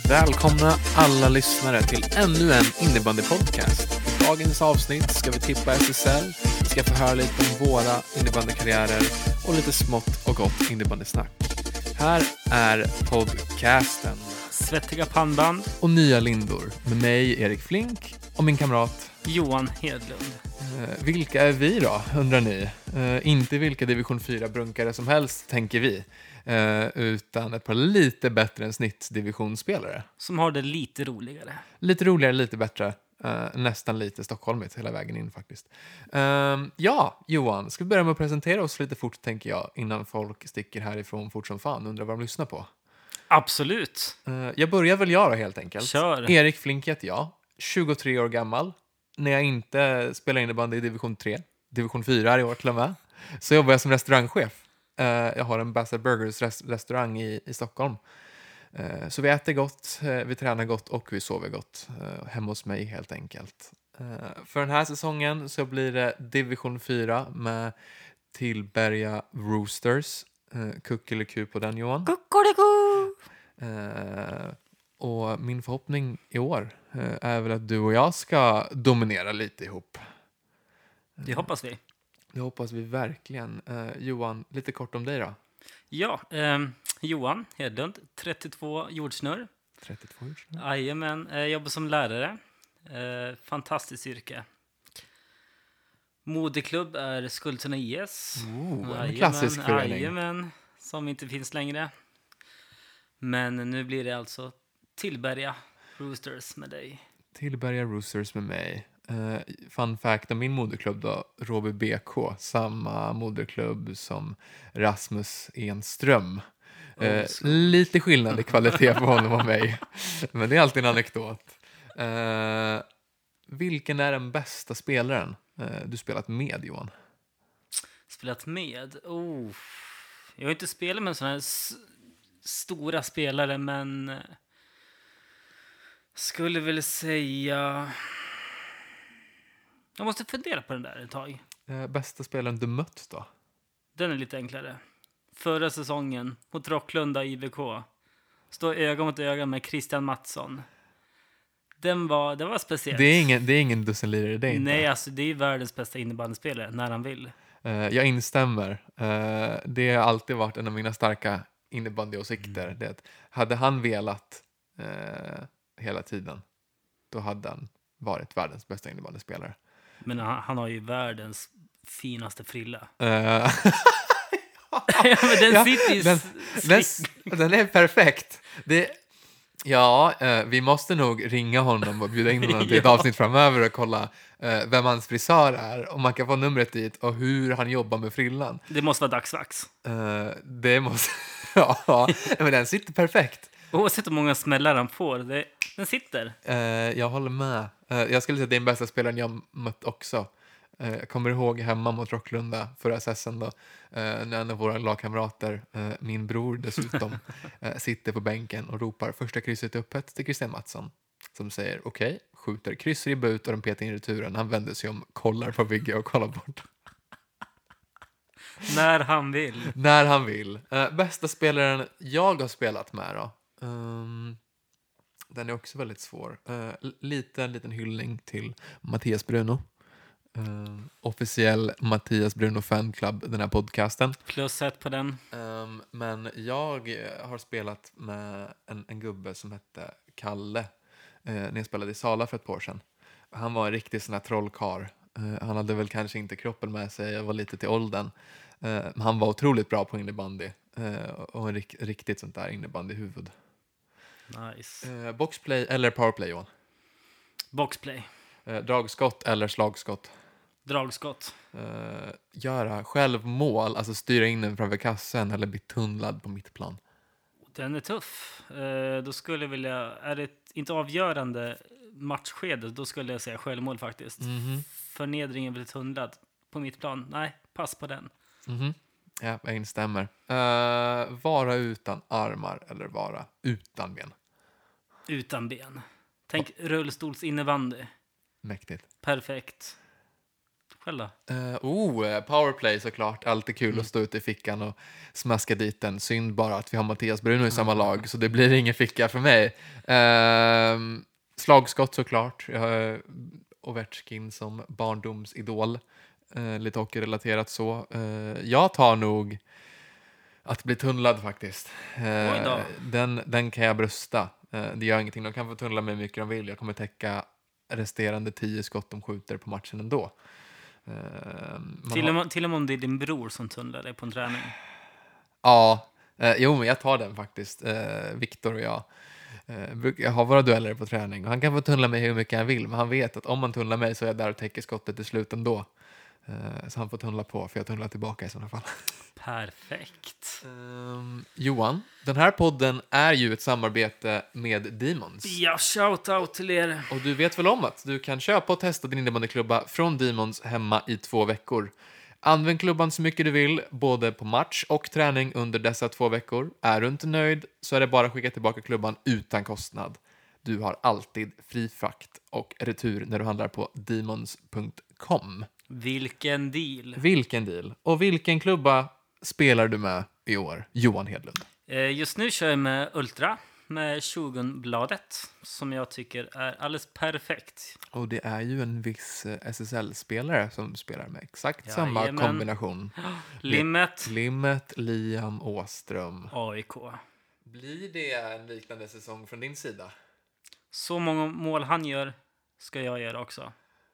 Välkomna alla lyssnare till ännu en innebandypodcast. I dagens avsnitt ska vi tippa SSL, vi ska få höra lite om våra innebandykarriärer och lite smått och gott innebandysnack. Här är podcasten Svettiga pannband och nya lindor med mig Erik Flink och min kamrat Johan Hedlund. Vilka är vi då, undrar ni? Inte vilka division 4-brunkare som helst, tänker vi. Utan ett par lite bättre än snitt divisionsspelare. Som har det lite roligare. Lite roligare, lite bättre. Nästan lite stockholmigt hela vägen in faktiskt. Ja, Johan, ska vi börja med att presentera oss lite fort, tänker jag, innan folk sticker härifrån fort som fan. Undrar vad de lyssnar på. Absolut. Jag börjar väl jag då, helt enkelt. Kör. Erik Flink heter jag, 23 år gammal. När jag inte spelar innebandy i division 3, division 4 här i år till och med, så jobbar jag som restaurangchef. Jag har en Bassett Burgers restaurang i Stockholm. Så vi äter gott, vi tränar gott och vi sover gott. Hemma hos mig helt enkelt. För den här säsongen så blir det division 4 med Tillberga Roosters. Kuckeliku på den, Johan. Kuckeliku! Och min förhoppning i år är väl att du och jag ska dominera lite ihop. Det hoppas vi. Det hoppas vi verkligen. Johan, lite kort om dig då. Ja, Johan Hedlund, 32 jordsnurr. 32 år sedan. Jajamän, jobbar som lärare. Fantastiskt yrke. Modeklubb är Skultorna IS. En klassisk förening. Jajamän, som inte finns längre. Men nu blir det alltså Tillberga Roosters med dig. Tillberga Roosters med mig. Fun fact om min moderklubb då, Råby BK, samma moderklubb som Rasmus Enström. Lite skillnad i kvalitet på honom och mig, men det är alltid en anekdot. Vilken är den bästa spelaren du spelat med, Johan? Spelat med? Jag har inte spelat med sådana här stora spelare, men skulle väl säga... Jag måste fundera på den där ett tag. Bästa spelaren du mött då? Den är lite enklare. Förra säsongen mot Rocklunda IVK. Stå öga mot öga med Christian Mattsson. Det var speciellt. Det är ingen dussinlirare, det är inte. Nej, alltså det är världens bästa innebandyspelare när han vill. Jag instämmer. Det har alltid varit en av mina starka innebandyåsikter. Det att hade han velat hela tiden, då hade han varit världens bästa innebandyspelare. Men han har ju världens finaste frilla. Ja, men den sitter ju... Den är perfekt. Vi måste nog ringa honom och bjuda in honom till ett avsnitt framöver och kolla vem hans frisör är, om man kan få numret dit och hur han jobbar med frillan. Det måste vara dagsvax. Det måste... Ja, men den sitter perfekt. Oavsett hur många smällar han får, den sitter. Jag håller med. Jag skulle säga att det är den bästa spelaren jag mött också. Jag kommer ihåg hemma mot Rocklunda förra säsongen då, när en av våra lagkamrater, min bror dessutom, sitter på bänken och ropar första krysset öppet till Christian Mattsson, som säger okej, skjuter kryss ribba ut och de petar in returen. Han vänder sig om, kollar på Vigge och kollar bort. När han vill. När han vill. Bästa spelaren jag har spelat med då. Den är också väldigt svår. Liten hyllning till Mattias Bruno. Officiell Mattias Bruno fanclub, den här podcasten. +1 på den. Men jag har spelat med en gubbe som hette Kalle när jag spelade i Sala för ett par år sedan. Han var en riktig sån här trollkar. Han hade väl kanske inte kroppen med sig, jag var lite till åldern. Han var otroligt bra på innebandy och en riktigt sånt där innebandyhuvud. Nice. Boxplay eller powerplay, Johan? Boxplay. Dragskott eller slagskott? Dragskott. Göra självmål, alltså styra in den framför kassen eller bli tunnlad på mittplan. Den är tuff. Då skulle jag vilja... Är det inte avgörande matchskede, då skulle jag säga självmål faktiskt. Förnedringen blir tunnlad på mittplan. Nej, pass på den. Ja, jag instämmer. Vara utan armar eller vara utan ben? Utan ben. Tänk rullstolsinnebandy. Mäktigt. Perfekt. Själv då? Powerplay såklart. Alltid kul att stå ute i fickan och smaska dit den. Synd bara att vi har Mattias Bruno i samma lag, så det blir ingen ficka för mig. Slagskott såklart. Jag har Ovechkin som barndomsidol. Lite hockeyrelaterat så. Jag tar nog att bli tunnlad faktiskt. Oj då. Den kan jag brösta. Det gör ingenting. De kan få tunnla mig hur mycket de vill. Jag kommer täcka resterande 10 skott de skjuter på matchen ändå. Till och med om det är din bror som tunnlar dig på en träning. Ja, men jag tar den faktiskt. Viktor och jag brukar ha våra dueller på träning. Och han kan få tunnla mig hur mycket han vill, men han vet att om man tunnlar mig så är jag där och täcker skottet i slut ändå. Så han får tunnla på, för jag tunnlar tillbaka i sådana fall. Perfekt. Johan, den här podden är ju ett samarbete med Demons. Ja, shout-out till er. Och du vet väl om att du kan köpa och testa din innebandyklubba från Demons hemma i 2 veckor. Använd klubban så mycket du vill, både på match och träning under dessa 2 veckor. Är du inte nöjd så är det bara att skicka tillbaka klubban utan kostnad. Du har alltid fri frakt och retur när du handlar på demons.com. Vilken deal. Vilken deal. Och vilken klubba spelar du med i år, Johan Hedlund? Just nu kör jag med Ultra, med Shogun-bladet, som jag tycker är alldeles perfekt. Och det är ju en viss SSL-spelare som spelar med exakt samma Jajamän. kombination. Limmet, Liam, Åström. AIK. Blir det en liknande säsong från din sida? Så många mål han gör ska jag göra också.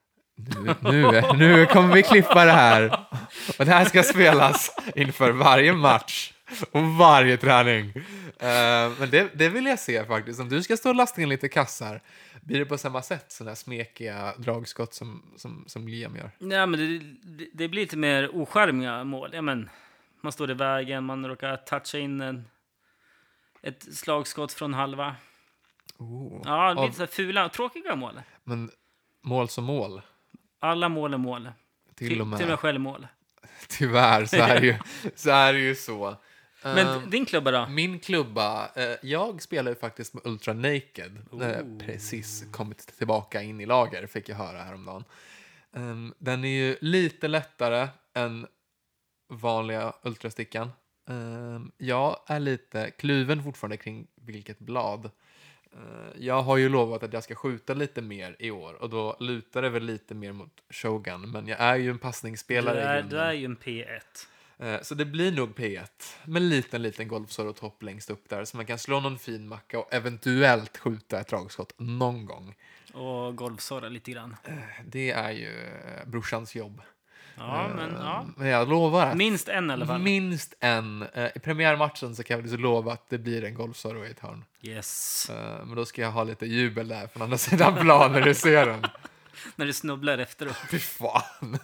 Nu kommer vi klippa det här. Och det här ska spelas inför varje match och varje träning. Men det vill jag se faktiskt. Om du ska stå och lasta in lite kassar, blir det på samma sätt sådana här smekiga dragskott som Liam gör? Nej, men det blir lite mer oskärmiga mål. Ja, men man står i vägen, man råkar toucha in ett slagskott från halva. Ja, det blir lite så här fula, tråkiga mål. Men mål som mål. Alla mål är mål. Till och med självmål. Tyvärr så är det ju så. Men din klubba då? Min klubba, jag spelar ju faktiskt med Ultra Naked. Precis kommit tillbaka in i lager, fick jag höra häromdagen. Den är ju lite lättare än vanliga Ultrastickan. Jag är lite kluven fortfarande kring vilket blad. Jag har ju lovat att jag ska skjuta lite mer i år, och då lutar det väl lite mer mot Shogun, men jag är ju en passningsspelare. Du är ju en P1. Så det blir nog P1 med en liten golfsorro-topp längst upp där, så man kan slå någon fin macka och eventuellt skjuta ett dragskott någon gång. Och golfsorra lite grann. Det är ju brorsans jobb. Ja, men jag lovar att minst en i alla fall. Minst en. I premiärmatchen så kan jag så lova att det blir en golfsorro i ett hörn. Yes. Men då ska jag ha lite jubel där från andra sidan plan när du ser den. När du snubblar efteråt. Fy fan.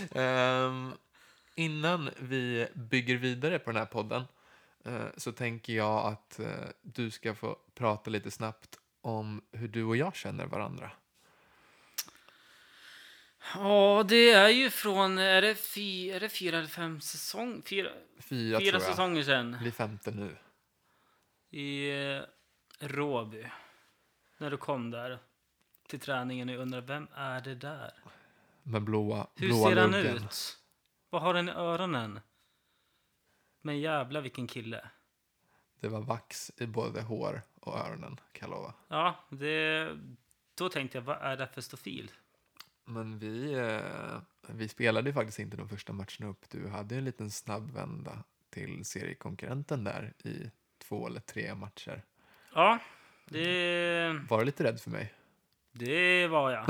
Innan vi bygger vidare på den här podden så tänker jag att du ska få prata lite snabbt om hur du och jag känner varandra. Ja, det är ju från, är det 4 eller 5 säsonger? 4 säsonger sedan. Det blir 5:e nu. I Råby. När du kom där till träningen och undrar, vem är det där? Med blåa Hur ser han luggen. ut? Vad har han i öronen? Men jävla vilken kille. Det var vax i både hår och öronen, kan jag lova. Ja, då tänkte jag, vad är det för stofil? Men vi spelade ju faktiskt inte de första matcherna upp. Du hade en liten snabb vända till seriekonkurrenten där i 2 eller 3 matcher. Ja, Var du lite rädd för mig? Det var jag.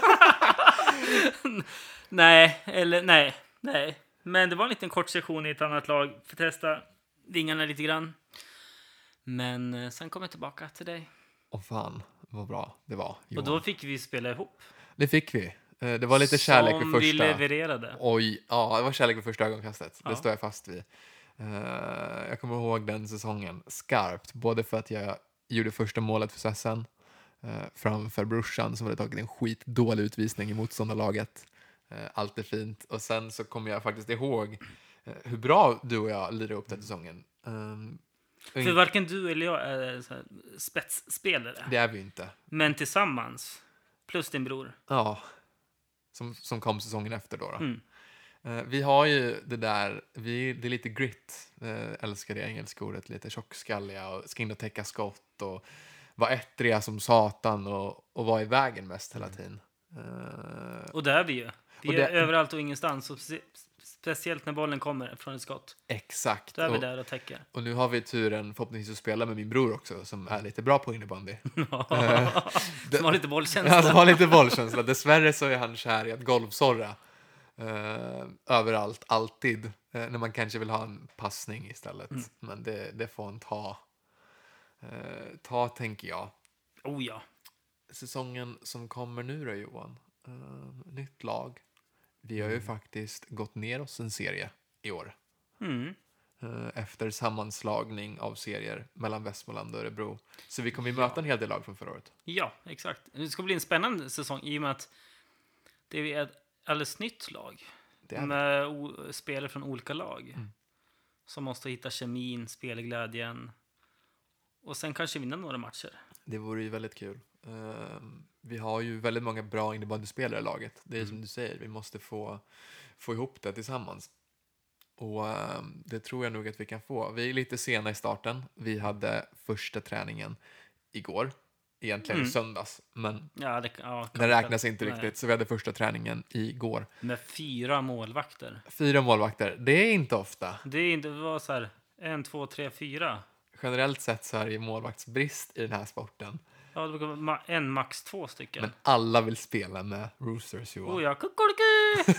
Nej. Men det var en liten kort session i ett annat lag för att testa vingarna lite grann. Men sen kom jag tillbaka till dig. Fan, vad bra det var, Johan. Och då fick vi spela ihop. Det fick vi. Det var lite kärlek vid första. Som vi levererade. Oj, ja, det var kärlek vid första ögonkastet. Ja. Det står jag fast vid. Jag kommer ihåg den säsongen skarpt. Både för att jag gjorde första målet för Sessen framför brorsan som hade tagit en skitdålig utvisning i motståndarlaget. Allt är fint. Och sen så kommer jag faktiskt ihåg hur bra du och jag lirade upp den säsongen. För varken du eller jag är så här spetsspelare. Det är vi inte. Men tillsammans, plus din bror. Ja. som kom säsongen efter då. Mm. Vi har ju det där, det är lite grit, älskar det engelska ordet, lite tjockskalliga och ska in och täcka skott och vara ettriga som satan och vara i vägen mest hela tiden. Och det är vi ju. Vi Och är det- överallt och ingenstans. Och speciellt när bollen kommer från ett skott. Exakt. Då är vi där och täcker. Och nu har vi turen förhoppningsvis att spela med min bror också som är lite bra på innebandy. Som har lite bollkänsla. Han har lite bollkänsla. Dessvärre så är han kär i att golvsorra överallt, alltid. När man kanske vill ha en passning istället. Men det får han ta, tänker jag. Oh ja. Säsongen som kommer nu då, Johan. Nytt lag. Vi har ju faktiskt gått ner oss en serie i år. Mm. Efter sammanslagning av serier mellan Västmanland och Örebro. Så vi kommer ju möta en hel del lag från förra året. Ja, exakt. Det ska bli en spännande säsong i och med att det är ett alldeles nytt lag. Det är Med spelare från olika lag. Som måste hitta kemin, spelglädjen. Och sen kanske vinna några matcher. Det vore ju väldigt kul. Vi har ju väldigt många bra innebandyspelare i laget. Det är som du säger, vi måste få ihop det tillsammans. Och det tror jag nog att vi kan få. Vi är lite sena i starten. Vi hade första träningen igår. Egentligen i söndags. Men Ja, den räknas inte Nej. riktigt. Så vi hade första träningen igår. Med 4 målvakter. 4 målvakter. Det är inte ofta. Det är inte, det var så här 1, 2, 3, 4. Generellt sett så är det ju målvaktsbrist i den här sporten. Ja, det var en max 2 stycken. Men alla vill spela med Roosters, Johan. Oh ja, kuckuliku!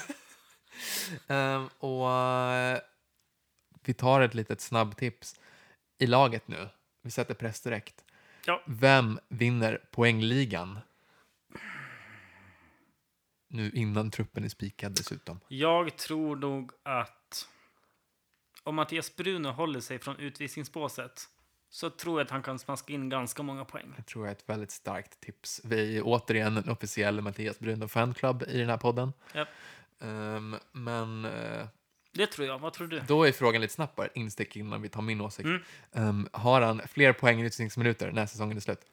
Vi tar ett litet snabbtips i laget nu. Vi sätter press direkt. Ja. Vem vinner poängligan? Nu innan truppen är spikad dessutom. Jag tror nog att om Mattias Bruno håller sig från utvisningsbåset så tror jag att han kan smaska in ganska många poäng. Det tror jag är ett väldigt starkt tips. Vi är återigen en officiell Mattias Bruno fanclub i den här podden. Japp. Men Det tror jag. Vad tror du? då är frågan lite snabbt bara, instick innan vi tar min åsikt. Har han fler poäng i utvisningsminuter när säsongen är slut?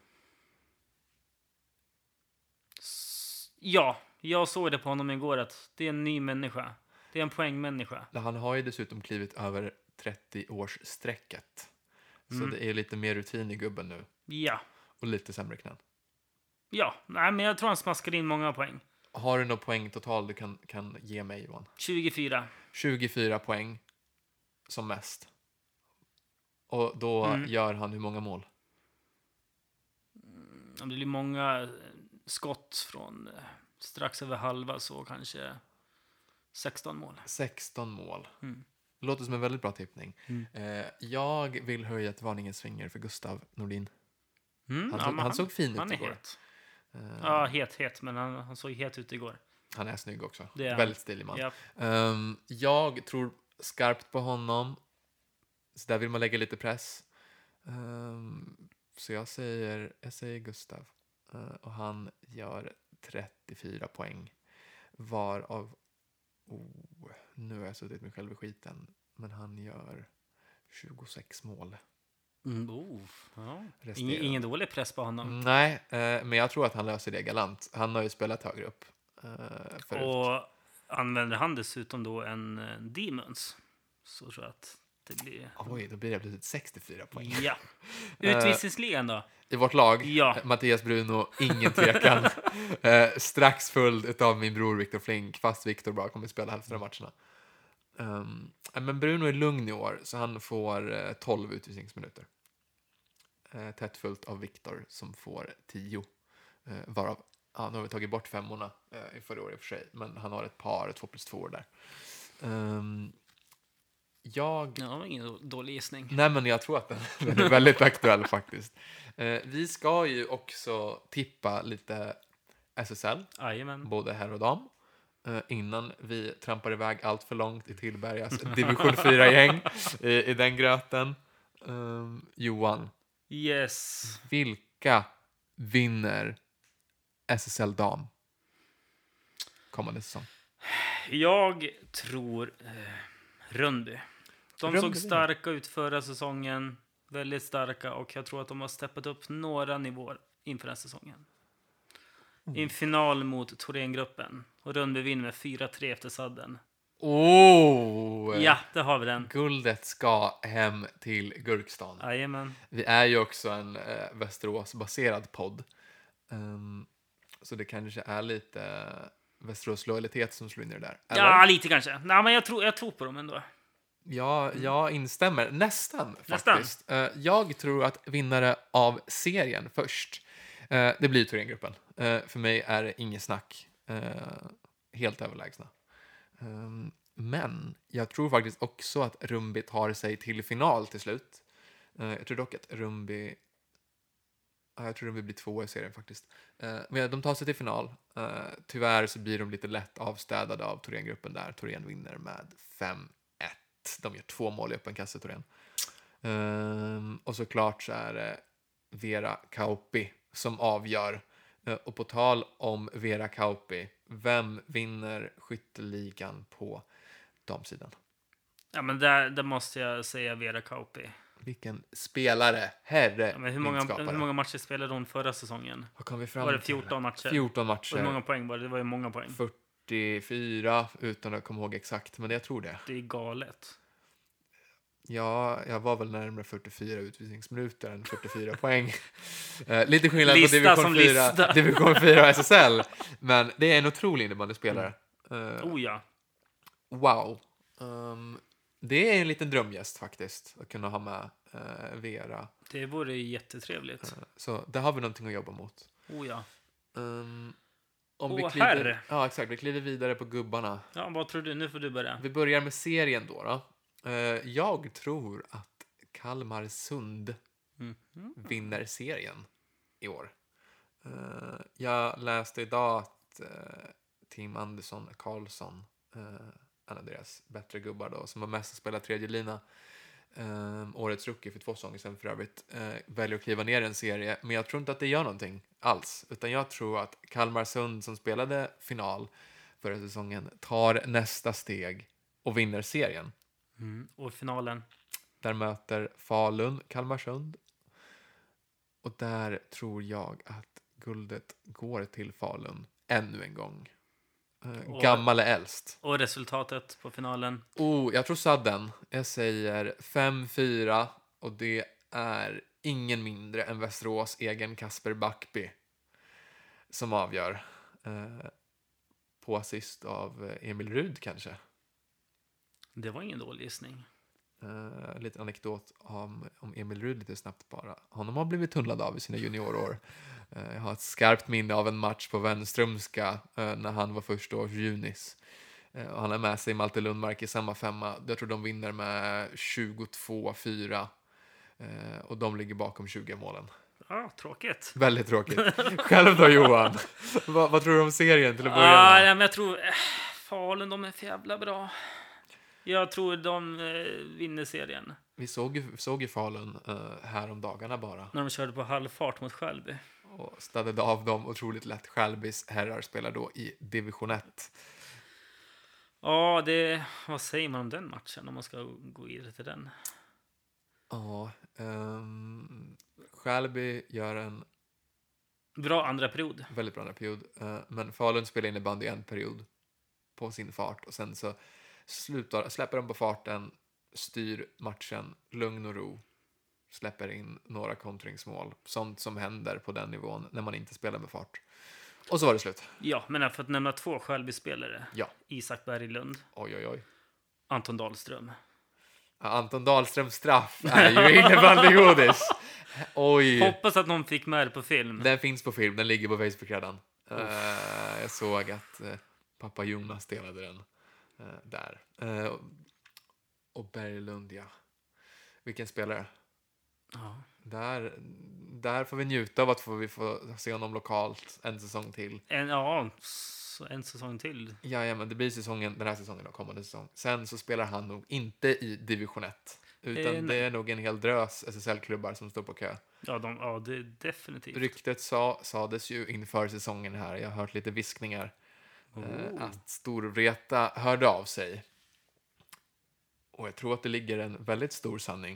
Ja, jag såg det på honom igår att det är en ny människa. Det är en poängmänniska. Han har ju dessutom klivit över 30-årsstrecket. Så det är lite mer rutin i gubben nu. Ja. Och lite sämre knän. Ja, nej, men jag tror han smaskar in många poäng. Har du någon poäng total du kan ge mig, Johan? 24. 24 poäng som mest. Och då gör han hur många mål? Om det blir många skott från strax över halva så kanske 16 mål. 16 mål. Låter som en väldigt bra tippning. Jag vill höja ett varningens finger för Gustav Nordin. Han såg fin ut han är igår. het. Ja, het, men han såg het ut igår. Han är snygg också. Det är Väldigt stilig man. Ja. Jag tror skarpt på honom. Så där vill man lägga lite press. Så jag säger Gustav. Och han gör 34 poäng. Varav... nu har jag suttit mig själv i skiten. Men han gör 26 mål. Ja. Resterande. Ingen dålig press på honom. Nej, men jag tror att han löser det galant. Han har ju spelat högre upp förut. Och använder han dessutom då en Demons så tror jag att det blir... Oj, då blir det plötsligt 64 poäng. Ja. Utvisningsligan då? I vårt lag, Ja. Mattias Bruno, ingen tvekan. Strax följd av min bror Viktor Flink, fast Viktor bara kommer spela hälften av matcherna. Men Bruno är lugn i år, så han får 12 utvisningsminuter. Tätt följt av Viktor som får 10. Varav, nu har vi tagit bort 5:orna i förra året i och för sig, men han har ett par 2+2 där. Ja, det var ingen dålig gissning. Nej, men jag tror att den är väldigt aktuell faktiskt. Vi ska ju också tippa lite SSL, Jajamän. både herr och dam. Innan vi trampar iväg allt för långt i Tillbergas division 4-gäng i den gröten. Johan, Yes. vilka vinner SSL dam kommande säsong? Jag tror Rönnby. De Rönnby såg starka ut förra säsongen. Väldigt starka. Och jag tror att de har steppat upp några nivåer inför den här säsongen. i en final mot Thorengruppen. Och Rönnby vinner med 4-3 efter sadden. Ja, där har vi den. Guldet ska hem till Gurkstan. Jajamän. Vi är ju också en Västerås-baserad podd. Så det kanske är lite Västerås-lojalitet som slår in i det där. Eller? Ja, lite kanske. Nej, men jag tror på dem ändå. Ja, jag instämmer. Nästan, faktiskt. Jag tror att vinnare av serien först, det blir Thorengruppen. För mig är det inget snack. Helt överlägsna. Men jag tror faktiskt också att Rumbi tar sig till final till slut. Jag tror dock att Rumbi blir 2 i serien faktiskt. Men de tar sig till final. Tyvärr så blir de lite lätt avstädade av Thorengruppen där. Thorén vinner med 5-1. De gör 2 mål i öppen kasse, Thorén. Och såklart så är det Vera Kauppi som avgör. Och på tal om Vera Kauppi, vem vinner skytteligan på damsidan? Ja, men där måste jag säga Vera Kauppi. Vilken spelare, herre, Ja, men hur många matcher spelade hon förra säsongen? Vad kom vi fram var det till? 14 matcher? 14 matcher. Och hur många poäng var det? Det var ju många poäng. 44, utan att komma ihåg exakt, men jag tror det. Det är galet. Ja, jag var väl närmare 44 utvisningsminuter än 44 poäng. Lite skillnad Lista på division 4 och SSL, men det är en otrolig innebandyspelare. Ja. Wow. Det är en liten drömgäst faktiskt, att kunna ha med Vera. Det vore jättetrevligt. Så där har vi någonting att jobba mot. Ja. Ja, exakt. Vi kliver vidare på gubbarna. Ja, vad tror du? Nu får du börja. Vi börjar med serien då. Jag tror att Kalmarsund vinner serien i år. Jag läste idag att Tim Andersson Karlsson, en av deras bättre gubbar då, som har mest spelat tredje lina, årets rookie för 2 säsonger sedan för övrigt, väljer att kliva ner i en serie. Men jag tror inte att det gör någonting alls. Utan jag tror att Kalmarsund, som spelade final förra säsongen, tar nästa steg och vinner serien. Och finalen? Där möter Falun Kalmarsund. Och där tror jag att guldet går till Falun ännu en gång. Gammal är äldst. Och resultatet på finalen? Jag tror sadden. Jag säger 5-4. Och det är ingen mindre än Västerås egen Kasper Backby som avgör. På assist av Emil Rud kanske. Det var ingen dålig gissning. Lite anekdot om Emil Rud lite snabbt bara. Honom har blivit tunnlad av i sina juniorår. Jag har ett skarpt minne av en match på Vänströmska när han var första års junis. Han har med sig Malte Lundmark i samma 5. Jag tror de vinner med 22-4. Och de ligger bakom 20 målen. Ja, tråkigt. Väldigt tråkigt. Själv då, Johan? Vad tror du om serien till att börja med? Ja, men jag tror Falun, de är för jävla bra. Jag tror de vinner serien. Vi såg ju Falun här om dagarna bara. När de körde på halvfart mot Skälby. Och staddade av dem otroligt lätt. Skälbys herrar spelar då i division 1. Ja, vad säger man om den matchen om man ska gå vidare till den? Ja, Skälby gör en bra andra period. Väldigt bra andra period. Men Falun spelar innebandy i en period på sin fart. Och sen så släpper de på farten, styr matchen, lugn och ro. Släpper in några kontringsmål. Sånt som händer på den nivån när man inte spelar med fart. Och så var det slut. Ja, men för att nämna 2 Skälby-spelare. Ja. Isak Berglund. Oj. Anton Dahlström. Ja, Anton Dahlströms straff är ju innebandygodis. Oj. Hoppas att någon fick med det på film. Den finns på film, den ligger på Facebook redan. Jag såg att pappa Jonas delade den där. Och Berglund, ja. Vilken spelare. Ja. Där får vi njuta av att vi får se honom lokalt en säsong till. En säsong till. Ja, men det blir den här säsongen och kommande säsong. Sen så spelar han nog inte i division 1. Utan det är nog en hel drös SSL-klubbar som står på kö. Ja, det är definitivt. Ryktet sades ju inför säsongen här. Jag har hört lite viskningar. Att Storvreta hörde av sig. Och jag tror att det ligger en väldigt stor sanning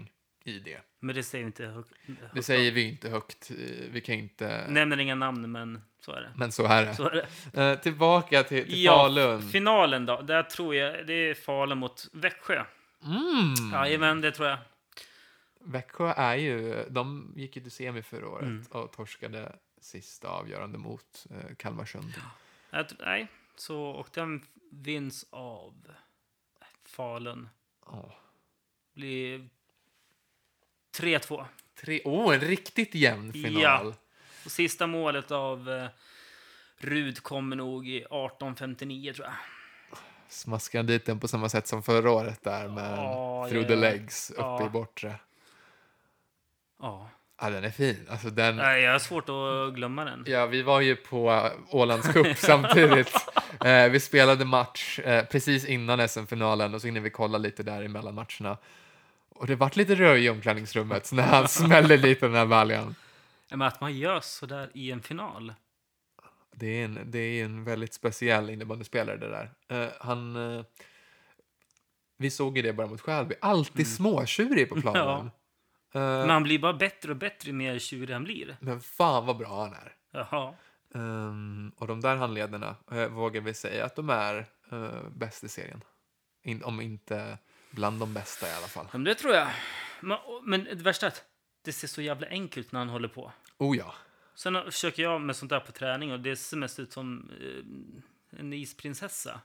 i det. Men det säger vi inte högt. Det säger vi inte högt. Vi kan inte... Nämner inga namn, men så är det. Men så är det. Så är det. Tillbaka till Falun. Finalen då. Där tror jag det är Falun mot Växjö. Jajamän, det tror jag. Växjö är ju... De gick ju till semi förra året och torskade sista avgörande mot Kalmarsund. Nej, och den vinns av Falun. Blir 3-2. En riktigt jämn final. Ja. Och sista målet av Rud kommer nog i 18:59 tror jag. Smaskar dit den på samma sätt som förra året där med through the legs uppe i bortre. Ja. Ja, den är fin. Alltså Nej, jag har svårt att glömma den. Ja, vi var ju på Ålands Cup samtidigt. Vi spelade match precis innan SM-finalen och så innan vi kollade lite där emellan matcherna. Och det vart lite röj i omklädningsrummet när han smällde lite den här baljan. Men att man gör så där i en final. Det är en väldigt speciell innebandyspelare det där. Vi såg ju det bara mot Skälby. Alltid småtjurig på planen. Men han blir bara bättre och bättre ju mer tjurig han blir. Men fan vad bra han är. Jaha. Och de där handledarna vågar vi säga att de är bäst i serien. Om inte bland de bästa i alla fall. Men det tror jag. Men det värsta är att det ser så jävla enkelt när han håller på. Oh ja. Sen försöker jag med sånt där på träning och det ser mest ut som en isprinsessa.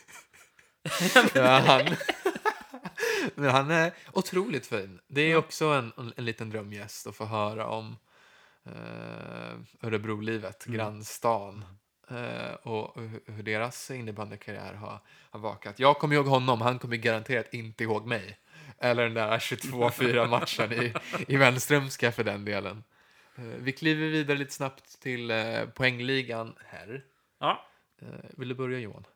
Men han är otroligt fin. Det är också en liten drömgäst att få höra om Örebrolivet, grannstan. Och hur deras innebandykarriär har vakat. Jag kommer ihåg honom, han kommer garanterat inte ihåg mig. Eller den där 22-4 matchen i Vänströmska för den delen. Vi kliver vidare lite snabbt till poängligan här. Ja. Vill du börja, Johan?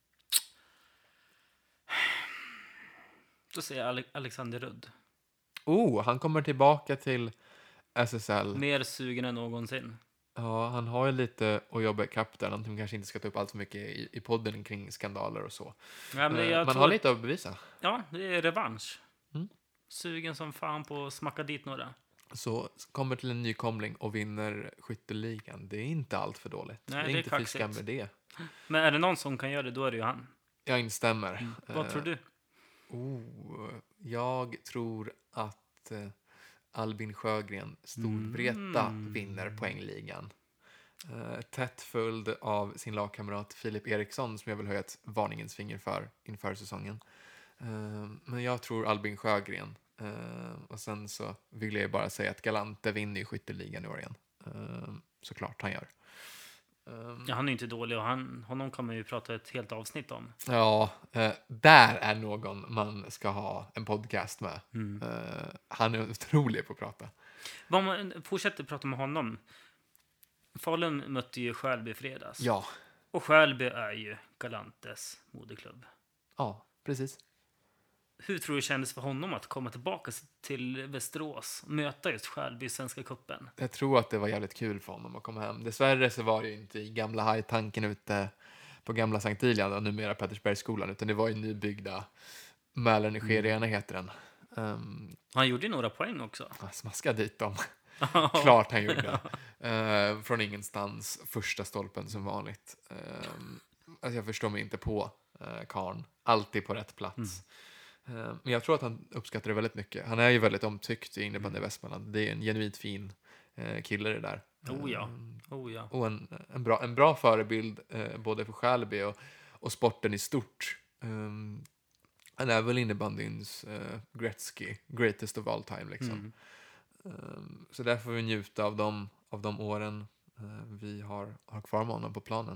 Då säger jag Alexander Rudd. Han kommer tillbaka till SSL. Mer sugen än någonsin. Ja, han har ju lite att jobba ikapp där. Någonting kanske inte ska ta upp allt för mycket i podden kring skandaler och så. Ja, men man har lite att bevisa. Ja, det är revansch. Sugen som fan på att smacka dit några. Så kommer till en nykomling och vinner skytteligan. Det är inte allt för dåligt. Nej, det är inte kaxigt. fiskam med det. Men är det någon som kan göra det, då är det ju han. Jag instämmer. Vad tror du? Jag tror att Albin Sjögren, Storvreta, vinner poängligan. Tätt följd av sin lagkamrat Filip Eriksson, som jag vill höja ett varningens finger för inför säsongen. Men jag tror Albin Sjögren. Och sen så vill jag bara säga att Galante vinner i skytteligan i år igen. Såklart han gör. Ja, han är inte dålig och honom kan man ju prata ett helt avsnitt om. Ja, där är någon man ska ha en podcast med. Han är otrolig på att prata. Om man fortsätter prata med honom. Falun mötte ju Skälby i fredags. Ja. Och Skälby är ju Galantes moderklubb. Ja, precis. Hur tror du det kändes för honom att komma tillbaka till Västerås och möta just Skälby i Svenska cupen? Jag tror att det var jävligt kul för honom att komma hem. Dessvärre så var det ju inte i gamla hajtanken ute på gamla Sankt Ilian och numera Pettersbergsskolan, utan det var ju nybyggda Mälarenergi Arena heter den. Han gjorde ju några poäng också. Smaskade dit dem. Klart han gjorde. Från ingenstans, första stolpen som vanligt. Alltså jag förstår mig inte på Karn. Alltid på rätt plats. Men jag tror att han uppskattar det väldigt mycket. Han är ju väldigt omtyckt i innebandy i Västmanland. Det är en genuint fin kille det där. Oh ja. Och en bra förebild både för Skälby och sporten i stort. Han är väl innebandyns Gretzky, greatest of all time liksom. Så därför får vi njuta av de åren vi har kvar med honom på planen.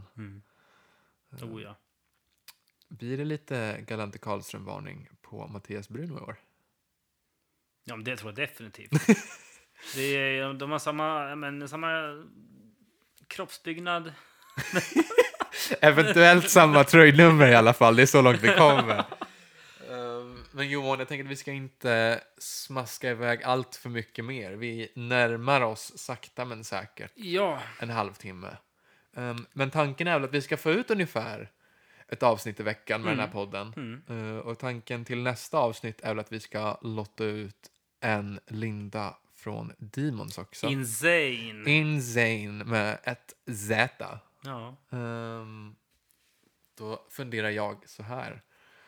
Oh ja. Blir det lite Galante Karlström-varning på Mattias Bruno i år? Ja, men det tror jag definitivt. De har samma kroppsbyggnad. Eventuellt samma tröjnummer i alla fall. Det är så långt det kommer. Men Johan, jag tänker att vi ska inte smaska iväg allt för mycket mer. Vi närmar oss sakta men säkert en halvtimme. Men tanken är väl att vi ska få ut ungefär ett avsnitt i veckan med den här podden. Och tanken till nästa avsnitt är väl att vi ska lotta ut en Linda från Demons också. Insane. Med ett Z. Ja. Då funderar jag så här.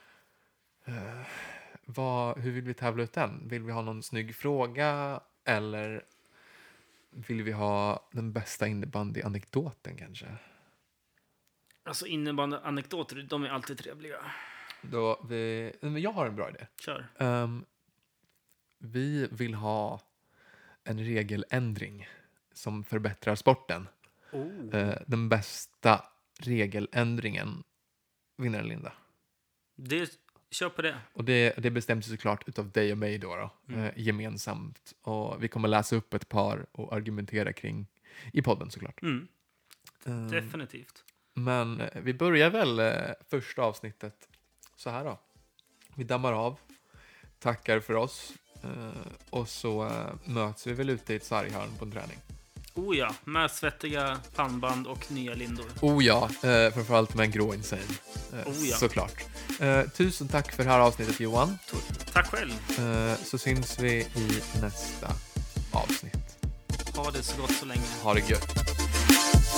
Hur vill vi tävla ut den? Vill vi ha någon snygg fråga? Eller vill vi ha den bästa innebandy-anekdoten kanske? Alltså innebandy-anekdoter, de är alltid trevliga. Men jag har en bra idé. Kör. Vi vill ha en regeländring som förbättrar sporten. Den bästa regeländringen vinner Linda. Kör på det. Och det bestäms såklart utav dig och mig då, gemensamt. Och vi kommer läsa upp ett par och argumentera kring i podden såklart. Definitivt. Men vi börjar väl första avsnittet så här då. Vi dammar av, tackar för oss och så möts vi väl ute i ett sarghörn på en träning. Oh ja, med svettiga pannband och nya lindor. Oh ja, framförallt med en grå Insane. Såklart. Tusen tack för det här avsnittet, Johan. Tack själv. Så syns vi i nästa avsnitt. Ha det så gott så länge. Ha det gött.